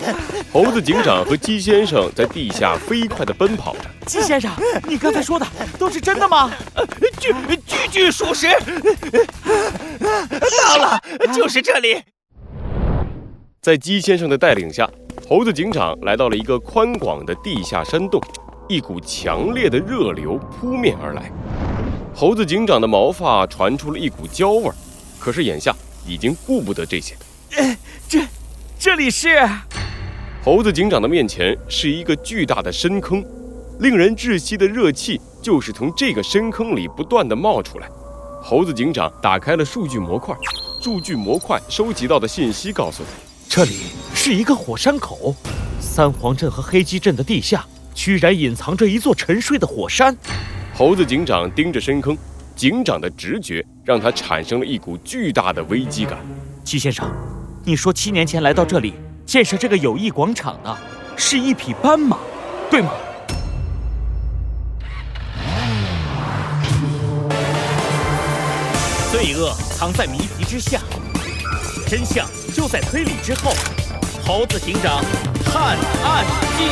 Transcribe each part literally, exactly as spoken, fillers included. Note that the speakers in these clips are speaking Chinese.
猴子警长和鸡先生在地下飞快地奔跑着。 鸡先生，你刚才说的都是真的吗？ 句句句属实。到了，就是这里。 在鸡先生的带领下，猴子警长来到了一个宽广的地下山洞，一股强烈的热流扑面而来。猴子警长的毛发传出了一股焦味，可是眼下已经顾不得这些。 呃，这这里是…… 猴子警长的面前是一个巨大的深坑，令人窒息的热气就是从这个深坑里不断地冒出来。猴子警长打开了数据模块，数据模块收集到的信息告诉他， 这里是一个火山口，三皇镇和黑鸡镇的地下居然隐藏着一座沉睡的火山。 猴子警长盯着深坑，警长的直觉让他产生了一股巨大的危机感。 鸡先生，你说七年前来到这里建设这个友谊广场的是一匹斑马，对吗？罪恶藏在谜题之下，真相就在推理之后。猴子警长探案记。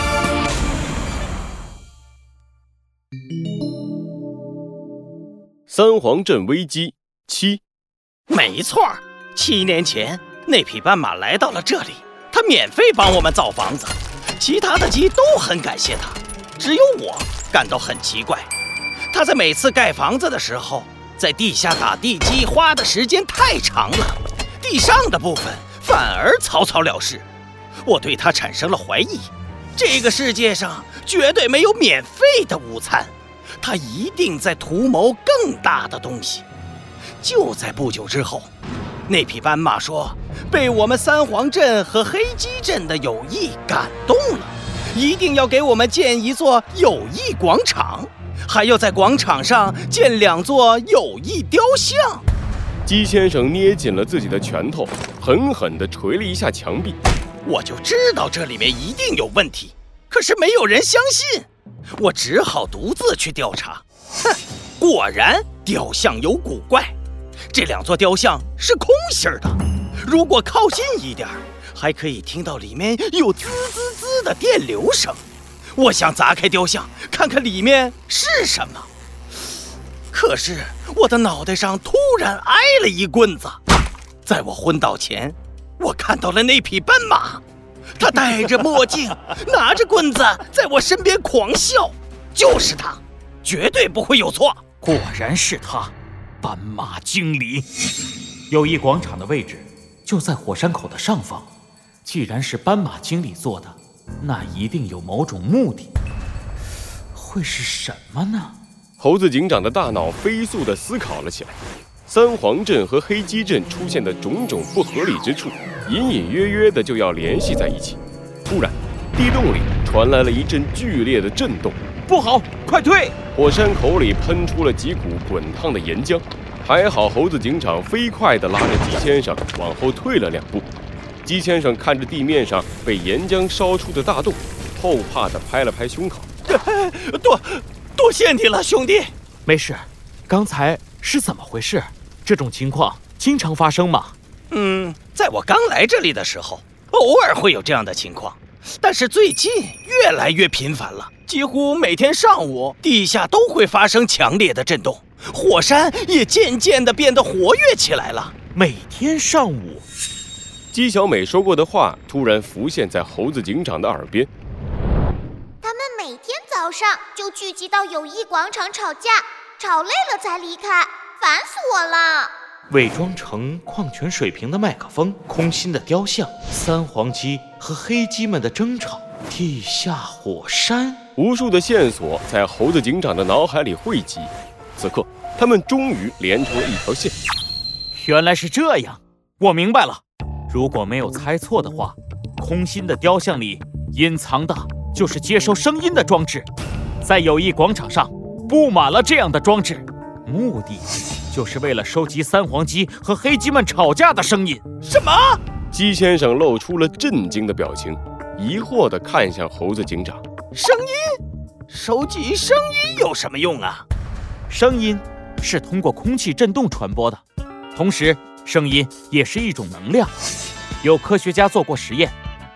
三皇镇危机七。 没错，七年前那匹斑马来到了这里，他免费帮我们造房子，其他的鸡都很感谢他，只有我感到很奇怪。他在每次盖房子的时候，在地下打地基花的时间太长了，地上的部分反而草草了事。我对他产生了怀疑，这个世界上绝对没有免费的午餐，他一定在图谋更大的东西。就在不久之后，那匹斑马说被我们三皇镇和黑鸡镇的友谊感动了，一定要给我们建一座友谊广场，还要在广场上建两座友谊雕像。 鸡先生捏紧了自己的拳头，狠狠地捶了一下墙壁。 我就知道这里面一定有问题，可是没有人相信，我只好独自去调查。哼，果然雕像有古怪，这两座雕像是空心的，如果靠近一点，还可以听到里面有滋滋滋的电流声。我想砸开雕像，看看里面是什么，可是我的脑袋上突然挨了一棍子。在我昏倒前，我看到了那匹斑马，他戴着墨镜，拿着棍子在我身边狂笑。就是他，绝对不会有错。 果然是他，斑马经理。友谊广场的位置就在火山口的上方，既然是斑马经理做的，那一定有某种目的。会是什么呢？ 猴子警长的大脑飞速地思考了起来。三皇镇和黑鸡镇出现的种种不合理之处，隐隐约约的就要联系在一起。突然，地洞里传来了一阵剧烈的震动。 不好，快退！ 火山口里喷出了几股滚烫的岩浆，还好猴子警长飞快地拉着鸡先生往后退了两步。鸡先生看着地面上被岩浆烧出的大洞，后怕地拍了拍胸口。 多多谢你了，兄弟。 没事，刚才是怎么回事？这种情况经常发生吗？ 嗯，在我刚来这里的时候，偶尔会有这样的情况，但是最近越来越频繁了，几乎每天上午地下都会发生强烈的震动，火山也渐渐地变得活跃起来了。 每天上午， 姬小美说过的话突然浮现在猴子警长的耳边。 他们每天早上就聚集到友谊广场吵架，吵累了才离开，烦死我了。 伪装成矿泉水瓶的麦克风，空心的雕像，三黄鸡和黑鸡们的争吵，地下火山， 无数的线索在猴子警长的脑海里汇集。此刻，他们终于连成了一条线。 原来是这样，我明白了。如果没有猜错的话，空心的雕像里隐藏的就是接收声音的装置，在友谊广场上布满了这样的装置，目的就是为了收集三黄鸡和黑鸡们吵架的声音。 什么？ 鸡先生露出了震惊的表情，疑惑地看向猴子警长。 声音？收集声音有什么用啊？ 声音是通过空气振动传播的，同时声音也是一种能量。有科学家做过实验，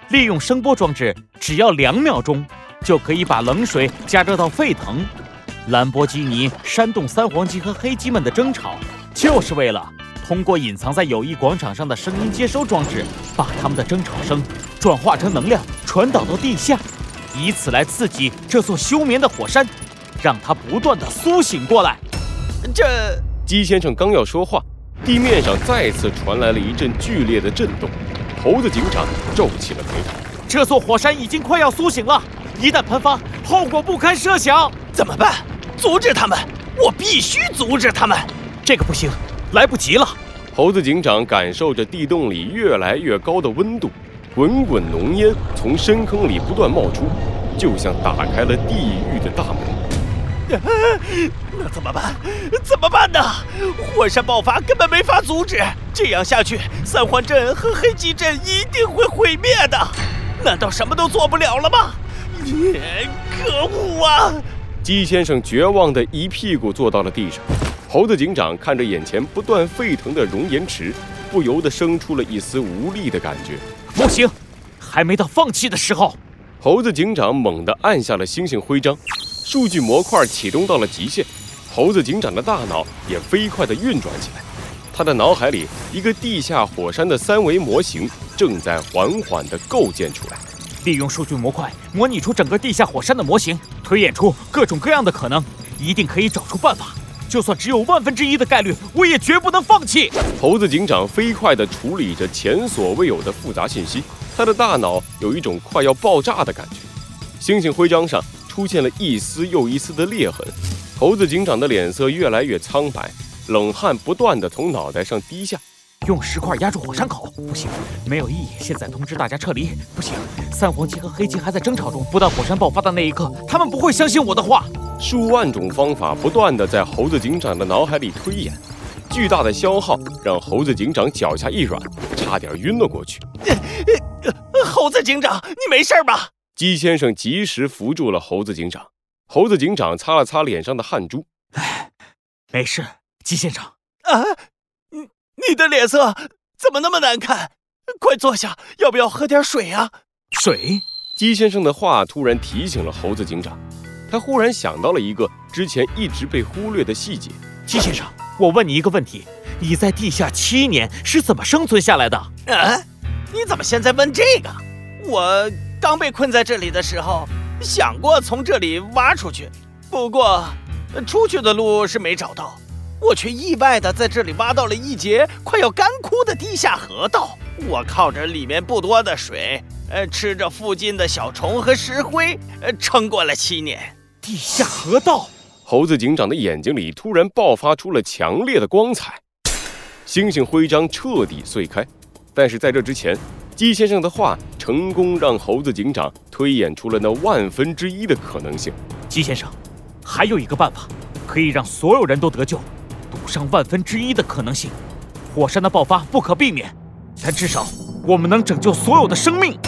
利用声波装置，只要两秒钟就可以把冷水加热到沸腾。兰博基尼煽动三黄鸡和黑鸡们的争吵，就是为了通过隐藏在友谊广场上的声音接收装置，把他们的争吵声转化成能量，传导到地下，以此来刺激这座休眠的火山，让它不断的苏醒过来。 这鸡先生刚要说话，地面上再次传来了一阵剧烈的震动。猴子警长皱起了眉头， 这座火山已经快要苏醒了，一旦喷发，后果不堪设想。 怎么办？阻止他们！我必须阻止他们！ 这个不行，来不及了。 猴子警长感受着地洞里越来越高的温度，滚滚浓烟从深坑里不断冒出，就像打开了地狱的大门。 那怎么办？怎么办呢？火山爆发根本没法阻止，这样下去，三环镇和黑鸡镇一定会毁灭的。难道什么都做不了了吗？可恶啊！ 鸡先生绝望地一屁股坐到了地上。猴子警长看着眼前不断沸腾的熔岩池，不由得生出了一丝无力的感觉。 不行，还没到放弃的时候。 猴子警长猛地按下了星星徽章，数据模块启动到了极限，猴子警长的大脑也飞快地运转起来。他的脑海里，一个地下火山的三维模型正在缓缓地构建出来。 利用数据模块模拟出整个地下火山的模型，推演出各种各样的可能，一定可以找出办法。就算只有万分之一的概率，我也绝不能放弃。 猴子警长飞快地处理着前所未有的复杂信息，他的大脑有一种快要爆炸的感觉。星星徽章上出现了一丝又一丝的裂痕，猴子警长的脸色越来越苍白，冷汗不断地从脑袋上滴下。 用石块压住火山口不行，没有意义。现在通知大家撤离不行，三黄鸡和黑鸡还在争吵中，不到火山爆发的那一刻，他们不会相信我的话。 数万种方法不断地在猴子警长的脑海里推演，巨大的消耗让猴子警长脚下一软，差点晕了过去。 猴子警长，你没事吧？ 鸡先生及时扶住了猴子警长。猴子警长擦了擦脸上的汗珠， 哎，没事，鸡先生。 啊，你你的脸色怎么那么难看？快坐下，要不要喝点水啊？ 水？ 鸡先生的话突然提醒了猴子警长，他忽然想到了一个之前一直被忽略的细节。 鸡先生，我问你一个问题，你在地下七年是怎么生存下来的？ 啊，你怎么现在问这个？我刚被困在这里的时候，想过从这里挖出去，不过出去的路是没找到，我却意外的在这里挖到了一节快要干枯的地下河道。我靠着里面不多的水，呃，吃着附近的小虫和石灰，呃，撑过了七年。 地下河道？ 猴子警长的眼睛里突然爆发出了强烈的光彩，星星徽章彻底碎开。但是在这之前，鸡先生的话成功让猴子警长推演出了那万分之一的可能性。 鸡先生，还有一个办法可以让所有人都得救，赌上万分之一的可能性。火山的爆发不可避免，但至少我们能拯救所有的生命。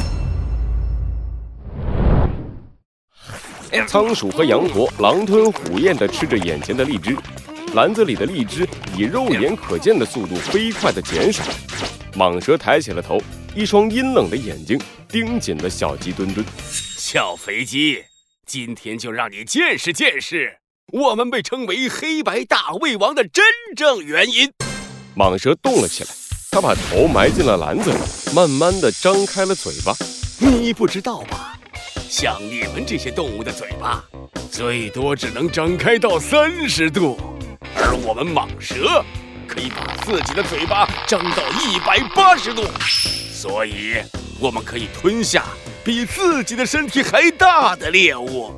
仓鼠和羊驼狼吞虎咽地吃着眼前的荔枝，篮子里的荔枝以肉眼可见的速度飞快地减少。蟒蛇抬起了头，一双阴冷的眼睛盯紧了小鸡墩墩。 小肥鸡，今天就让你见识见识我们被称为黑白大胃王的真正原因。 蟒蛇动了起来，它把头埋进了篮子里，慢慢地张开了嘴巴。 你不知道吧？像你们这些动物的嘴巴，最多只能张开到三十度，而我们蟒蛇可以把自己的嘴巴张到一百八十度，所以我们可以吞下比自己的身体还大的猎物。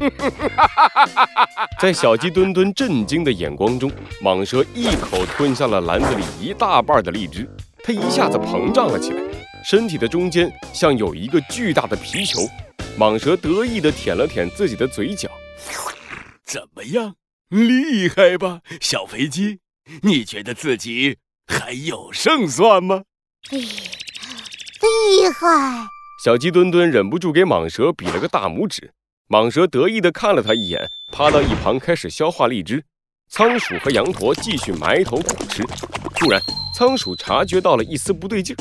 在小鸡墩墩震惊的眼光中，蟒蛇一口吞下了篮子里一大半的荔枝，它一下子膨胀了起来，身体的中间像有一个巨大的皮球。蟒蛇得意地舔了舔自己的嘴角。 怎么样，厉害吧，小肥鸡？你觉得自己还有胜算吗？ 厉厉害！ 小鸡墩墩忍不住给蟒蛇比了个大拇指。蟒蛇得意地看了他一眼，趴到一旁开始消化荔枝。仓鼠和羊驼继续埋头苦吃。突然，仓鼠察觉到了一丝不对劲，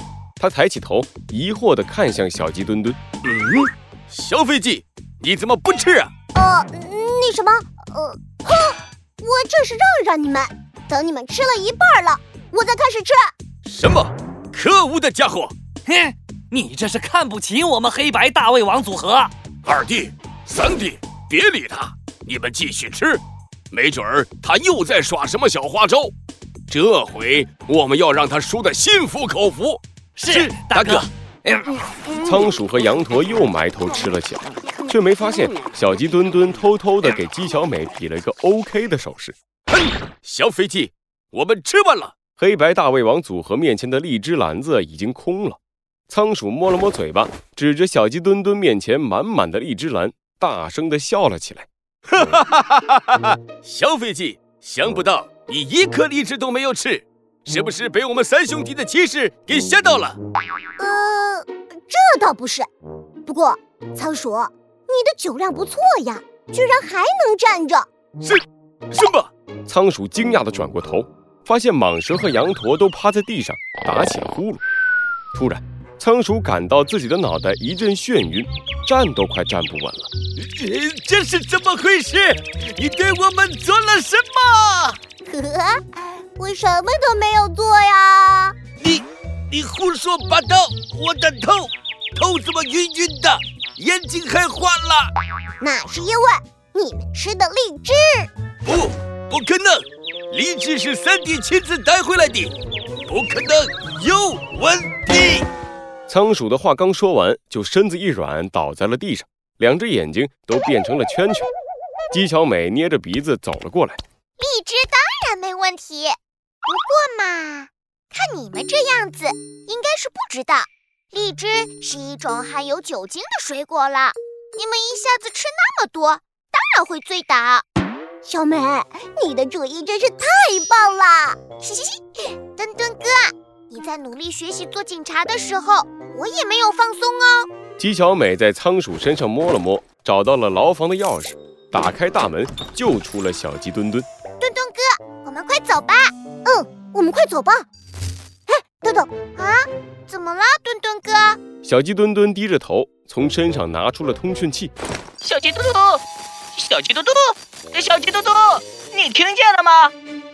他抬起头，疑惑地看向小鸡墩墩。 嗯，小飞机，你怎么不吃啊？ 呃，那什么，呃，哼，我这是让让你们，等你们吃了一半了，我再开始吃。 什么？可恶的家伙！ 哼，你这是看不起我们黑白大胃王组合。 二弟、三弟，别理他，你们继续吃，没准儿他又在耍什么小花招。这回我们要让他输得心服口服。 是，大哥。 仓鼠和羊驼又埋头吃了起来，却没发现小鸡墩墩偷偷地给鸡小美比了一个 OK 的手势。 哼，小飞机，我们吃完了。 黑白大胃王组合面前的荔枝篮子已经空了，仓鼠摸了摸嘴巴，指着小鸡墩墩面前满满的荔枝篮，大声地笑了起来。 哈哈哈哈哈哈！小飞机，想不到你一颗荔枝都没有吃，是不是被我们三兄弟的气势给吓到了？ 呃，这倒不是。不过，仓鼠，你的酒量不错呀，居然还能站着。 是，什么？ 仓鼠惊讶地转过头，发现蟒蛇和羊驼都趴在地上打起了呼噜。突然，仓鼠感到自己的脑袋一阵眩晕，站都快站不稳了。 这是怎么回事？你对我们做了什么？ 呵，我什么都没有做呀。 你你胡说八道！我的头头怎么晕晕的，眼睛还花了？ 那是因为你们吃的荔枝。 不，不可能！荔枝是三弟亲自带回来的，不可能，有问题！ 仓鼠的话刚说完，就身子一软，倒在了地上，两只眼睛都变成了圈圈。鸡小美捏着鼻子走了过来。 荔枝当然没问题，不过嘛，看你们这样子，应该是不知道，荔枝是一种含有酒精的水果了。你们一下子吃那么多，当然会醉倒。小美，你的主意真是太棒了！嘻嘻嘻，墩墩哥，你在努力学习做警察的时候，我也没有放松哦。 鸡小美在仓鼠身上摸了摸，找到了牢房的钥匙，打开大门，救出了小鸡墩墩。 墩墩哥，我们快走吧。嗯，我们快走吧。哎，等等啊，怎么了，墩墩哥？ 小鸡墩墩低着头，从身上拿出了通讯器。 小鸡嘟嘟，小鸡嘟嘟，小鸡嘟嘟，你听见了吗？